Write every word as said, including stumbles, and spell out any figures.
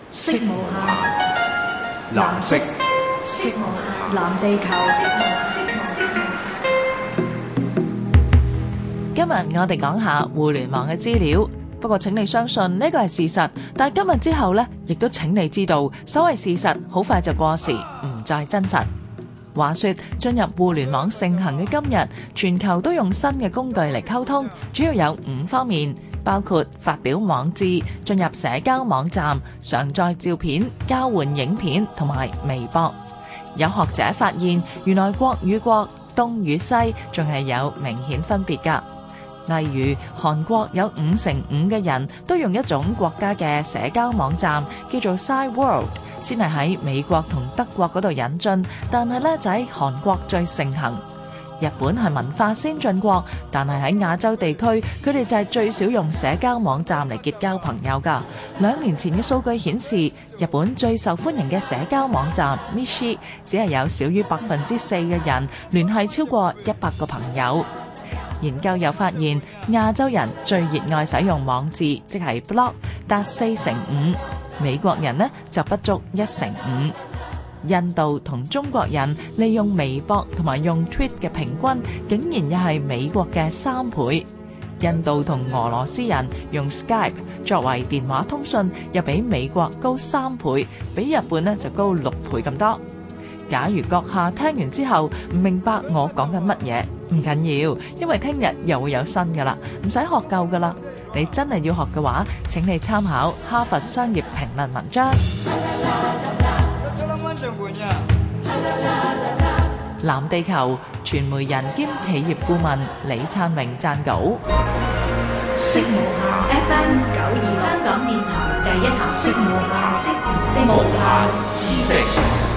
色無限，藍色，色無限，藍地球。 今日我哋講下互聯網嘅資料，不過請你相信呢個係事實，但係今日之後呢，亦都請你知道，所謂事實好快就過時，唔再真實。話說進入互聯網盛行嘅今日，全球都用新嘅工具嚟溝通，主要有五方面，包括發表網誌、進入社交網站、上載照片、交換影片同埋微博。有學者發現，原來國與國、東與西仲係有明顯分別㗎。例如韓國有五成五嘅人都用一種國家嘅社交網站，叫做 Side World， 先係喺美國同德國嗰度引進，但係咧就喺韓國最盛行。日本係文化先進國，但係喺亞洲地區，佢哋就係最少用社交網站嚟結交朋友㗎。兩年前嘅數據顯示，日本最受歡迎嘅社交網站 Mishi 只係有少於百分之四嘅人聯繫超過一百個朋友。研究又發現，亞洲人最熱愛使用網誌，即係 blog， 達四成五；美國人呢就不足一成五。印度同中國人利用微博同埋用 tweet 嘅平均，竟然又係美國嘅三倍。印度同俄羅斯人用 Skype 作為電話通訊，又比美國高三倍，比日本呢就高六倍咁多。假如閣下聽完之後唔明白我講緊乜嘢，唔緊要，因為聽日又會有新噶啦，唔使學夠噶啦。你真係要學嘅話，請你參考哈佛商業評論文章。藍地球傳媒人兼企業顧問李燦榮撰稿。 色無限 F M 九二六香港電台第一台，色無限，色無限知識。